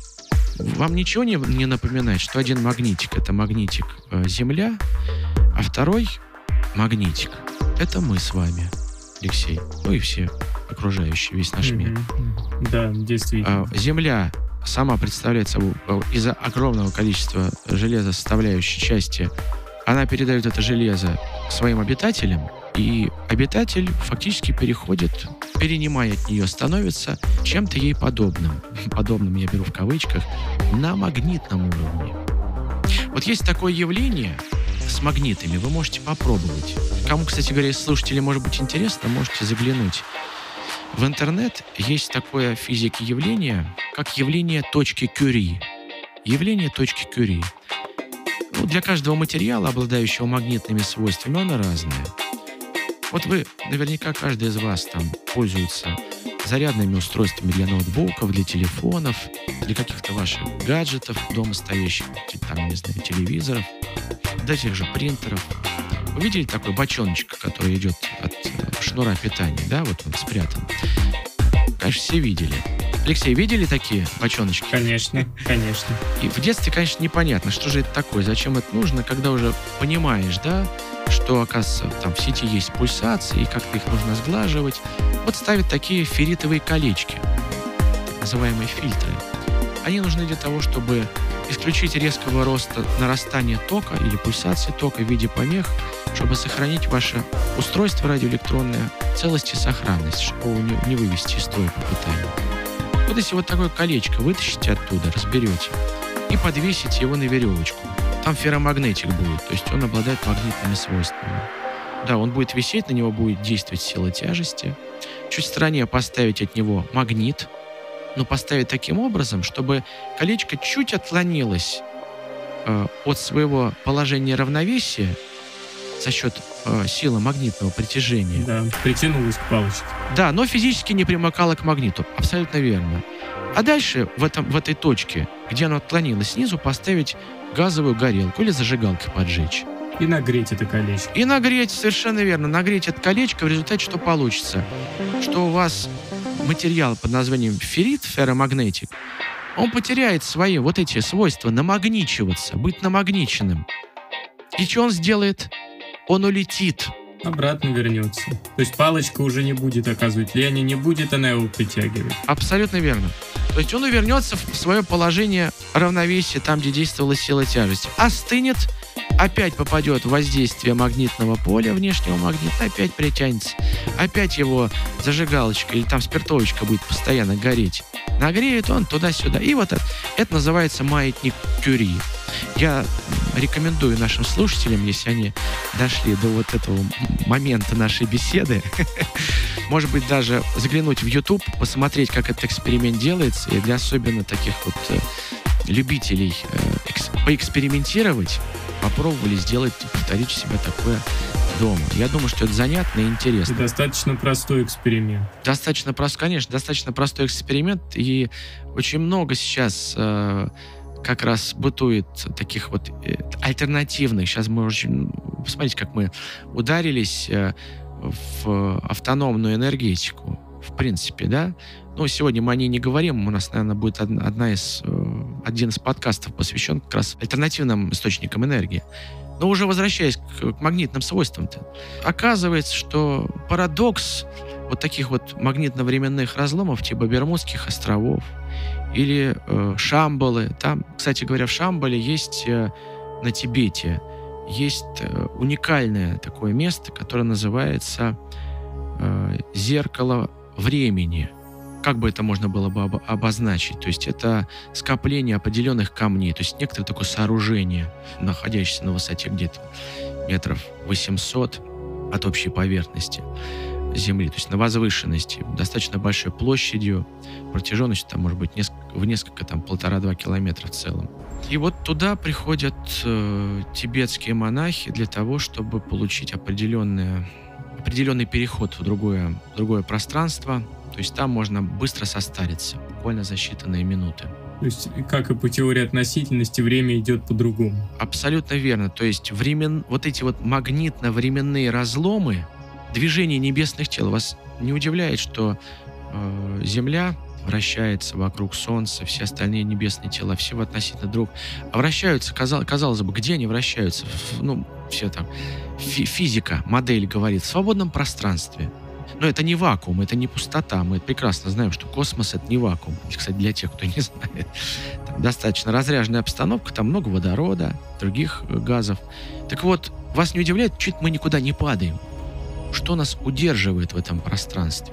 Вам ничего не напоминает, что один магнитик — это магнитик Земля, а второй магнитик — это мы с вами, Алексей, ну и все окружающий весь наш мир. Да, действительно. Земля сама представляет собой из-за огромного количества железосоставляющей части, она передает это железо своим обитателям, и обитатель фактически перенимая от нее, становится чем-то ей подобным, я беру в кавычках, на магнитном уровне. Вот есть такое явление с магнитами, вы можете попробовать. Кому, кстати говоря, из слушателей может быть интересно, можете заглянуть. В интернет есть такое в физике явление, как явление точки Кюри. Явление точки Кюри. Для каждого материала, обладающего магнитными свойствами, оно разное. Вот вы, наверняка, каждый из вас там пользуется зарядными устройствами для ноутбуков, для телефонов, для каких-то ваших гаджетов дома стоящих, там, не знаю, телевизоров, до тех же принтеров. Вы видели такой бочоночек, который идет от шнура питания, да, вот он спрятан? Конечно, все видели. Алексей, видели такие бочоночки? Конечно. И в детстве, конечно, непонятно, что же это такое, зачем это нужно, когда уже понимаешь, да, что, оказывается, там в сети есть пульсации, и как-то их нужно сглаживать. Вот ставят такие ферритовые колечки, называемые фильтры. Они нужны для того, чтобы исключить резкого роста нарастания тока или пульсации тока в виде помех, чтобы сохранить ваше устройство радиоэлектронное в целости и сохранности, чтобы его не вывести из строя по питанию. Вот если вот такое колечко вытащите оттуда, разберете, и подвесите его на веревочку, там ферромагнетик будет, то есть он обладает магнитными свойствами. Да, он будет висеть, на него будет действовать сила тяжести. Чуть в стороне поставить от него магнит, но поставить таким образом, чтобы колечко чуть отклонилось от своего положения равновесия за счет силы магнитного притяжения. Да, притянулась к палочке. Да, но физически не примыкало к магниту. Абсолютно верно. А дальше в этой точке, где оно отклонилось снизу, поставить газовую горелку или зажигалкой поджечь. И нагреть это колечко. И нагреть, совершенно верно, нагреть это колечко, в результате что получится? Что у вас материал под названием феррит, ферромагнетик, он потеряет свои вот эти свойства намагничиваться, быть намагниченным. И что он сделает? Он улетит. Обратно вернется. То есть палочка уже не будет оказывать влияние, не будет она его притягивать. Абсолютно верно. То есть он вернется в свое положение равновесия, там, где действовала сила тяжести. Остынет, опять попадет в воздействие магнитного поля, внешнего магнита, опять притянется. Опять его зажигалочка или там спиртовочка будет постоянно гореть. Нагреет он туда-сюда. И вот это называется маятник Кюри. Я рекомендую нашим слушателям, если они дошли до вот этого момента нашей беседы, может быть, даже заглянуть в YouTube, посмотреть, как этот эксперимент делается, и для особенно таких вот любителей поэкспериментировать, попробовали сделать, повторить у себя такое дома. Я думаю, что это занятно и интересно. И достаточно простой эксперимент. Достаточно простой, конечно, достаточно простой эксперимент, и очень много сейчас как раз бытует таких вот альтернативных. Сейчас мы очень... Посмотрите, как мы ударились в автономную энергетику, в принципе, да? Ну, сегодня мы о ней не говорим. У нас, наверное, будет один из подкастов посвящен как раз альтернативным источникам энергии. Но уже возвращаясь к магнитным свойствам-то, оказывается, что парадокс вот таких вот магнитно-временных разломов типа Бермудских островов или Шамбалы. Там, кстати говоря, в Шамбале есть на Тибете есть уникальное такое место, которое называется зеркало времени. Как бы это можно было бы обозначить? То есть это скопление определенных камней, то есть некоторое такое сооружение, находящееся на высоте где-то метров 800 от общей поверхности Земли, то есть на возвышенности, достаточно большой площадью, протяженностью там может быть в несколько, там 1,5-2 километра в целом. И вот туда приходят тибетские монахи для того, чтобы получить определенный переход в другое пространство. То есть там можно быстро состариться, буквально за считанные минуты. То есть, как и по теории относительности, время идет по-другому. Абсолютно верно. То есть вот эти вот магнитно-временные разломы, движение небесных тел. Вас не удивляет, что Земля вращается вокруг Солнца, все остальные небесные тела, все относительно друг, вращаются, казалось бы, где они вращаются? Все там. Физика, модель говорит, в свободном пространстве. Но это не вакуум, это не пустота. Мы прекрасно знаем, что космос — это не вакуум. Кстати, для тех, кто не знает. Там достаточно разряженная обстановка, там много водорода, других газов. Так вот, вас не удивляет, чуть мы никуда не падаем? Что нас удерживает в этом пространстве?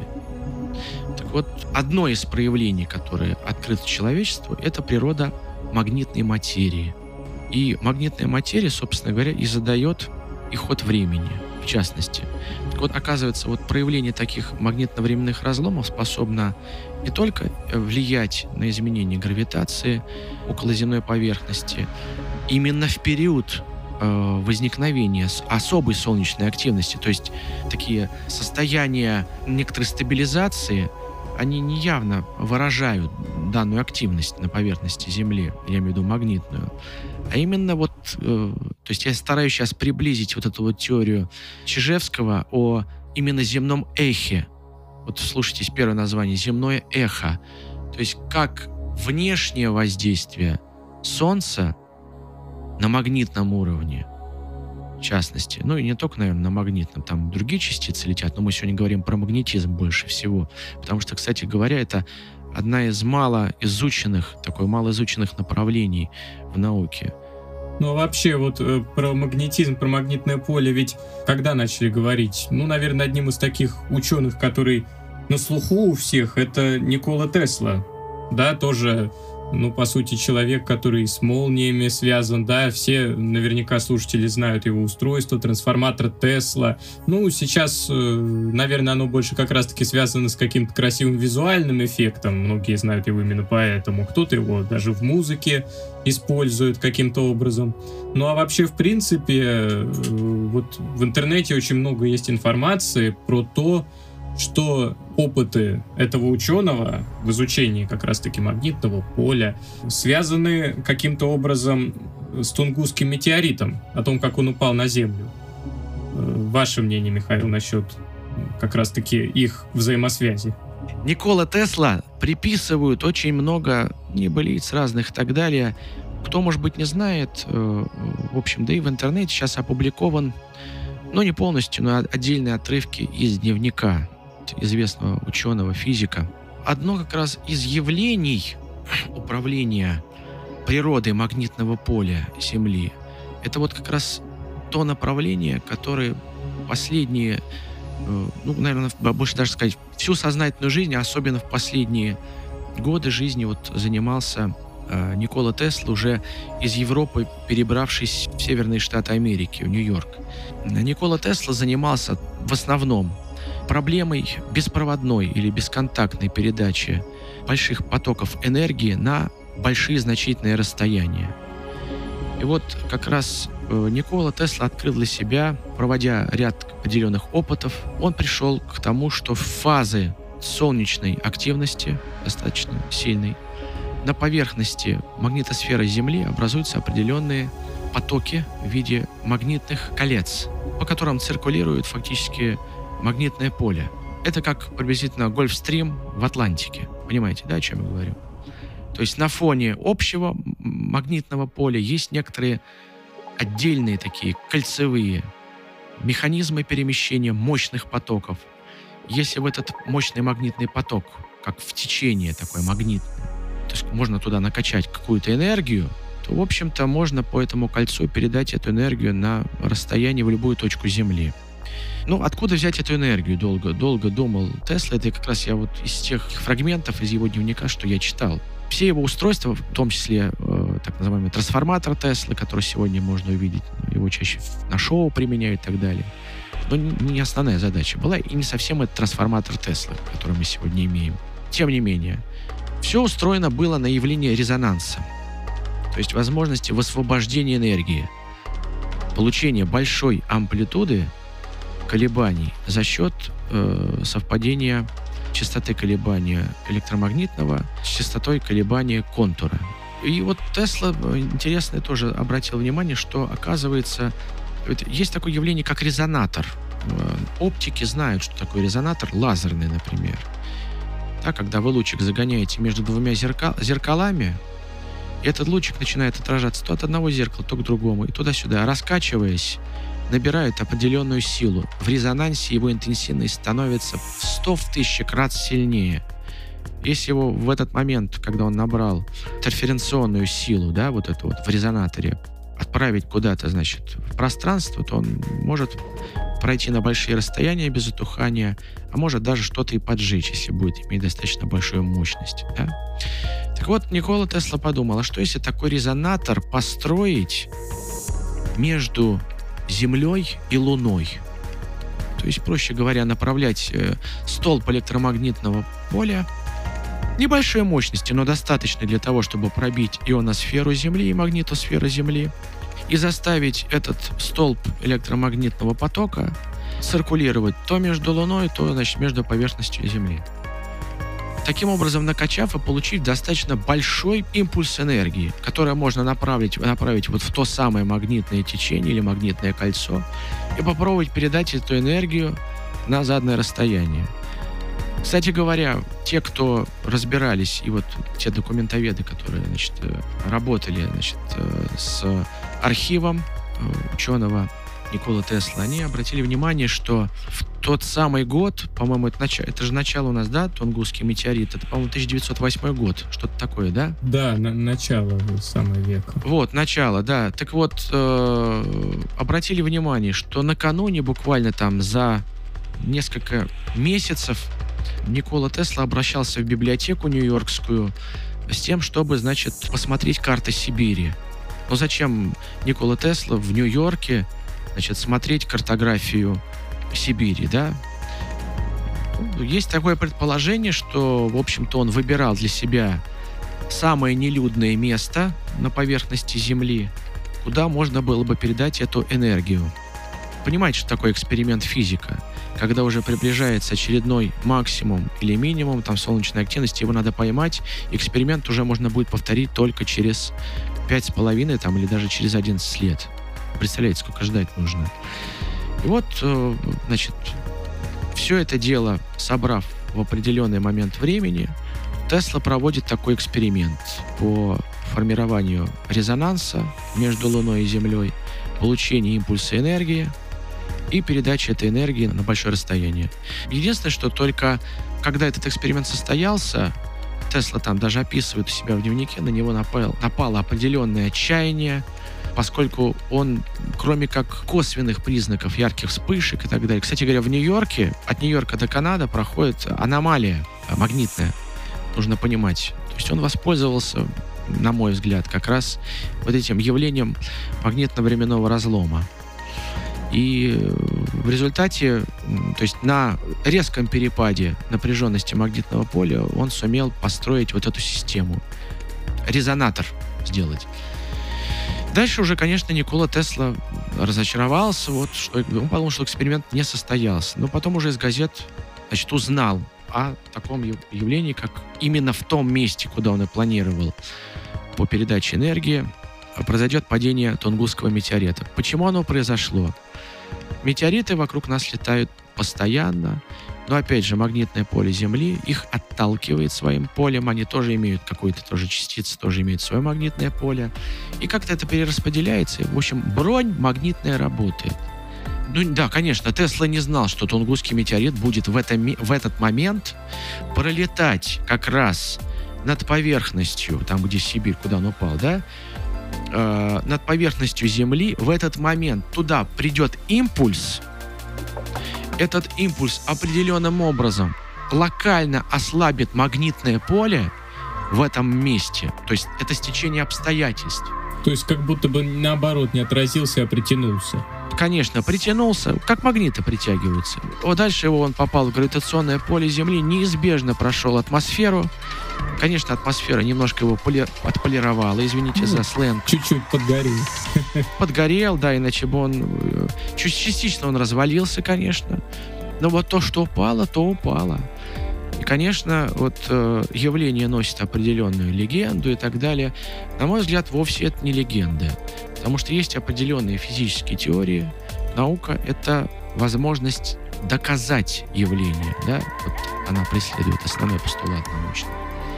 Так вот, одно из проявлений, которое открыто человечеству, это природа магнитной материи. И магнитная материя, собственно говоря, и задает и ход времени, в частности. Так вот, оказывается, вот проявление таких магнитно-временных разломов способно не только влиять на изменение гравитации околоземной поверхности, именно в период возникновения особой солнечной активности, то есть такие состояния некоторой стабилизации, они неявно выражают данную активность на поверхности Земли, я имею в виду магнитную, а именно вот, то есть я стараюсь сейчас приблизить вот эту вот теорию Чижевского о именно земном эхе. Вот слушайтесь, первое название — земное эхо. То есть как внешнее воздействие Солнца на магнитном уровне, в частности. Ну и не только, наверное, на магнитном. Там другие частицы летят, но мы сегодня говорим про магнетизм больше всего. Потому что, кстати говоря, это одна из малоизученных направлений в науке. Ну, а вообще, вот про магнетизм, про магнитное поле, ведь когда начали говорить? Ну, наверное, одним из таких ученых, который на слуху у всех, это Никола Тесла. Да, тоже, ну, по сути, человек, который с молниями связан, да, все наверняка слушатели знают его устройство, трансформатор Тесла. Ну, сейчас, наверное, оно больше как раз-таки связано с каким-то красивым визуальным эффектом, многие знают его именно поэтому, кто-то его даже в музыке использует каким-то образом. Ну, а вообще, в принципе, вот в интернете очень много есть информации про то, что опыты этого ученого в изучении как раз-таки магнитного поля связаны каким-то образом с Тунгусским метеоритом, о том, как он упал на Землю. Ваше мнение, Михаил, насчет как раз-таки их взаимосвязи? Никола Тесла приписывают очень много небылиц разных и так далее. Кто, может быть, не знает, в общем, да и в интернете сейчас опубликован, ну, не полностью, но отдельные отрывки из дневника известного ученого, физика. Одно как раз из явлений управления природой магнитного поля Земли — это вот как раз то направление, которое последние, ну, наверное, больше даже сказать, всю сознательную жизнь, а особенно в последние годы жизни вот занимался Никола Тесла, уже из Европы перебравшись в Северные Штаты Америки, в Нью-Йорк. Никола Тесла занимался в основном проблемой беспроводной или бесконтактной передачи больших потоков энергии на большие значительные расстояния. И вот как раз Никола Тесла открыл для себя, проводя ряд определенных опытов, он пришел к тому, что в фазы солнечной активности, достаточно сильной, на поверхности магнитосферы Земли образуются определенные потоки в виде магнитных колец, по которым циркулирует фактически магнитное поле. Это как приблизительно Гольфстрим в Атлантике. Понимаете, да, о чем я говорю? То есть на фоне общего магнитного поля есть некоторые отдельные такие кольцевые механизмы перемещения мощных потоков. Если в этот мощный магнитный поток, как в течение такое магнитное, то есть можно туда накачать какую-то энергию, то, в общем-то, можно по этому кольцу передать эту энергию на расстояние в любую точку Земли. Ну, откуда взять эту энергию? Долго думал Тесла. Это как раз я вот из тех фрагментов из его дневника, что я читал. Все его устройства, в том числе так называемый трансформатор Теслы, который сегодня можно увидеть, его чаще на шоу применяют и так далее. Но не основная задача была, и не совсем это трансформатор Теслы, который мы сегодня имеем. Тем не менее, все устроено было на явление резонанса, то есть возможности высвобождения энергии, получения большой амплитуды колебаний за счет совпадения частоты колебания электромагнитного с частотой колебания контура. И вот Тесла, интересно, тоже обратил внимание, что, оказывается, есть такое явление, как резонатор. Оптики знают, что такое резонатор, лазерный, например. Так, когда вы лучик загоняете между двумя зеркалами, этот лучик начинает отражаться то от одного зеркала, то к другому, и туда-сюда. Раскачиваясь, набирают определенную силу. В резонансе его интенсивность становится в 100 тысяч раз сильнее. Если его в этот момент, когда он набрал интерференционную силу, да, вот эту вот в резонаторе, отправить куда-то, значит, в пространство, то он может пройти на большие расстояния без затухания, а может даже что-то и поджечь, если будет иметь достаточно большую мощность. Да? Так вот, Никола Тесла подумал, а что если такой резонатор построить между Землей и Луной? То есть, проще говоря, направлять столб электромагнитного поля небольшой мощности, но достаточной для того, чтобы пробить ионосферу Земли и магнитосферу Земли, и заставить этот столб электромагнитного потока циркулировать то между Луной, то, значит, между поверхностью Земли. Таким образом, накачав и получив достаточно большой импульс энергии, которое можно направить вот в то самое магнитное течение или магнитное кольцо и попробовать передать эту энергию на заданное расстояние. Кстати говоря, те, кто разбирались, и вот те документоведы, которые, значит, работали, значит, с архивом ученого Николы Теслы, они обратили внимание, что в тот самый год, по-моему, это же начало у нас, да, Тунгусский метеорит, это, по-моему, 1908 год, что-то такое, да? Да, начало самого века. Вот, начало, да. Так вот, обратили внимание, что накануне, буквально там за несколько месяцев, Никола Тесла обращался в библиотеку нью-йоркскую с тем, чтобы, значит, посмотреть карты Сибири. Но зачем Никола Тесла в Нью-Йорке, значит, смотреть картографию Сибири, да? Есть такое предположение, что, в общем-то, он выбирал для себя самое нелюдное место на поверхности Земли, куда можно было бы передать эту энергию. Понимаете, что такое эксперимент физика? Когда уже приближается очередной максимум или минимум там солнечной активности, его надо поймать, эксперимент уже можно будет повторить только через 5,5 там, или даже через 11 лет. Представляете, сколько ждать нужно. И вот, значит, все это дело собрав в определенный момент времени, Тесла проводит такой эксперимент по формированию резонанса между Луной и Землей, получению импульса энергии и передаче этой энергии на большое расстояние. Единственное, что только когда этот эксперимент состоялся, Тесла там даже описывает у себя в дневнике, на него напало определенное отчаяние, поскольку он, кроме как косвенных признаков ярких вспышек и так далее. Кстати говоря, в Нью-Йорке, от Нью-Йорка до Канады проходит аномалия магнитная, нужно понимать. То есть он воспользовался, на мой взгляд, как раз вот этим явлением магнитно-временного разлома. И в результате, то есть на резком перепаде напряженности магнитного поля он сумел построить вот эту систему, резонатор сделать. Дальше уже, конечно, Никола Тесла разочаровался, вот, что он подумал, что эксперимент не состоялся. Но потом уже из газет, значит, узнал о таком явлении, как именно в том месте, куда он и планировал по передаче энергии, произойдет падение Тунгусского метеорита. Почему оно произошло? Метеориты вокруг нас летают постоянно, но, опять же, магнитное поле Земли их отталкивает своим полем, они тоже имеют какую-то тоже частицу, тоже имеют свое магнитное поле, и как-то это перераспределяется, и, в общем, бронь магнитная работает. Ну да, конечно, Тесла не знал, что Тунгусский метеорит будет в этот момент пролетать как раз над поверхностью, там, где Сибирь, куда он упал, да, над поверхностью Земли. В этот момент туда придет импульс. Этот импульс определенным образом локально ослабит магнитное поле в этом месте. То есть это стечение обстоятельств. То есть как будто бы наоборот не отразился, а притянулся. Конечно, притянулся, как магниты притягиваются. Вот дальше он попал в гравитационное поле Земли, неизбежно прошел атмосферу. Конечно, атмосфера немножко его отполировала, извините за сленг. Чуть-чуть подгорел. Подгорел, да, иначе бы он... Частично он развалился, конечно. Но вот то, что упало, то упало. И, конечно, вот явление носит определенную легенду и так далее. На мой взгляд, вовсе это не легенда. Потому что есть определенные физические теории. Наука — это возможность доказать явление. Да? Вот она преследует основной постулат научный.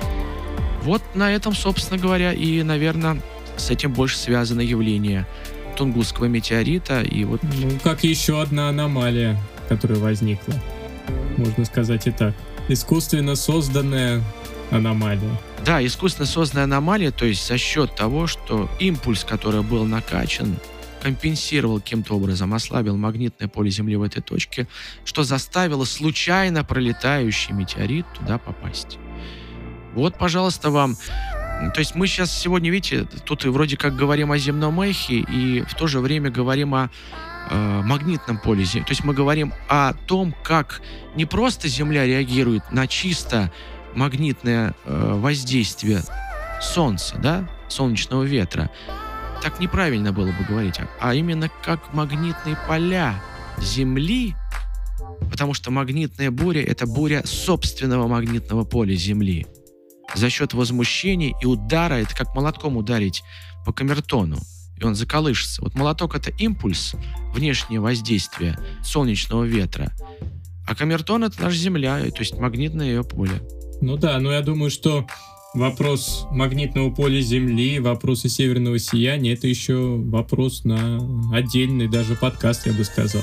Вот на этом, собственно говоря, и, наверное, с этим больше связано явление Тунгусского метеорита. И вот... Ну, как еще одна аномалия, которая возникла. Можно сказать и так. Искусственно созданная аномалия. Да, искусственно созданная аномалия, то есть за счет того, что импульс, который был накачан, компенсировал каким-то образом, ослабил магнитное поле Земли в этой точке, что заставило случайно пролетающий метеорит туда попасть. Вот, пожалуйста, вам. То есть мы сейчас сегодня, видите, тут и вроде как говорим о земном эхе, и в то же время говорим о магнитном поле Земли. То есть мы говорим о том, как не просто Земля реагирует на чисто магнитное воздействие Солнца, да, солнечного ветра. Так неправильно было бы говорить, а именно как магнитные поля Земли, потому что магнитная буря — это буря собственного магнитного поля Земли. За счет возмущения и удара, это как молотком ударить по камертону, и он заколышется. Вот молоток — это импульс, внешнее воздействие солнечного ветра, а камертон — это наша Земля, то есть магнитное ее поле. Ну да, но я думаю, что вопрос магнитного поля Земли, вопросы северного сияния — это еще вопрос на отдельный даже подкаст, я бы сказал.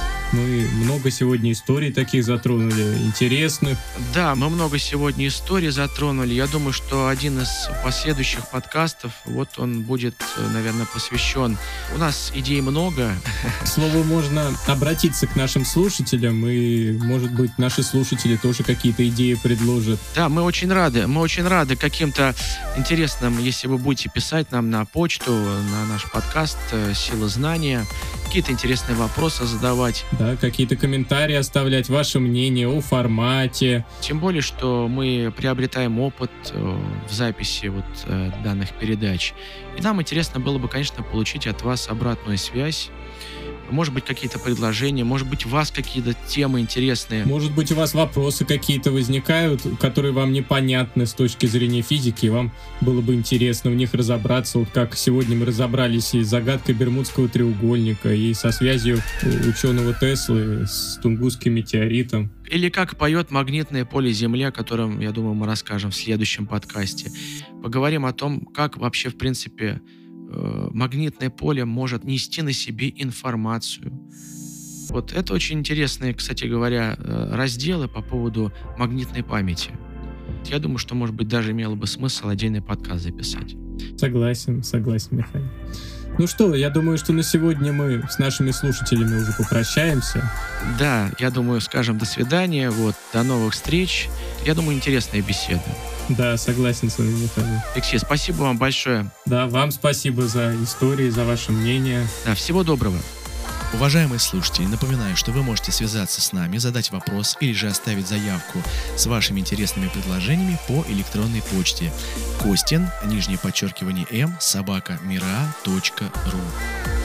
Мы много сегодня историй таких затронули, интересных. Да, мы много сегодня историй затронули. Я думаю, что один из последующих подкастов, вот он будет, наверное, посвящен. У нас идей много. К слову, можно обратиться к нашим слушателям, и, может быть, наши слушатели тоже какие-то идеи предложат. Да, мы очень рады каким-то интересным, если вы будете писать нам на почту, на наш подкаст «Сила знания», какие-то интересные вопросы задавать. Да, какие-то комментарии оставлять, ваше мнение о формате. Тем более, что мы приобретаем опыт в записи данных передач. И нам интересно было бы, конечно, получить от вас обратную связь. Может быть, какие-то предложения, может быть, у вас какие-то темы интересные. Может быть, у вас вопросы какие-то возникают, которые вам непонятны с точки зрения физики, и вам было бы интересно в них разобраться, вот как сегодня мы разобрались и с загадкой Бермудского треугольника, и со связью ученого Теслы с Тунгусским метеоритом. Или как поет магнитное поле Земли, о котором, я думаю, мы расскажем в следующем подкасте. Поговорим о том, как вообще, в принципе, магнитное поле может нести на себе информацию. Вот это очень интересные, кстати говоря, разделы по поводу магнитной памяти. Я думаю, что, может быть, даже имело бы смысл отдельный подкаст записать. Согласен, Михаил. Ну что, я думаю, что на сегодня мы с нашими слушателями уже попрощаемся. Да, я думаю, скажем до свидания, до новых встреч. Я думаю, интересная беседа. Да, согласен с вами, Михаил. Алексей, спасибо вам большое. Да, вам спасибо за истории, за ваше мнение. Да, всего доброго. Уважаемые слушатели, напоминаю, что вы можете связаться с нами, задать вопрос или же оставить заявку с вашими интересными предложениями по электронной почте Костин, _m, @mira.ru.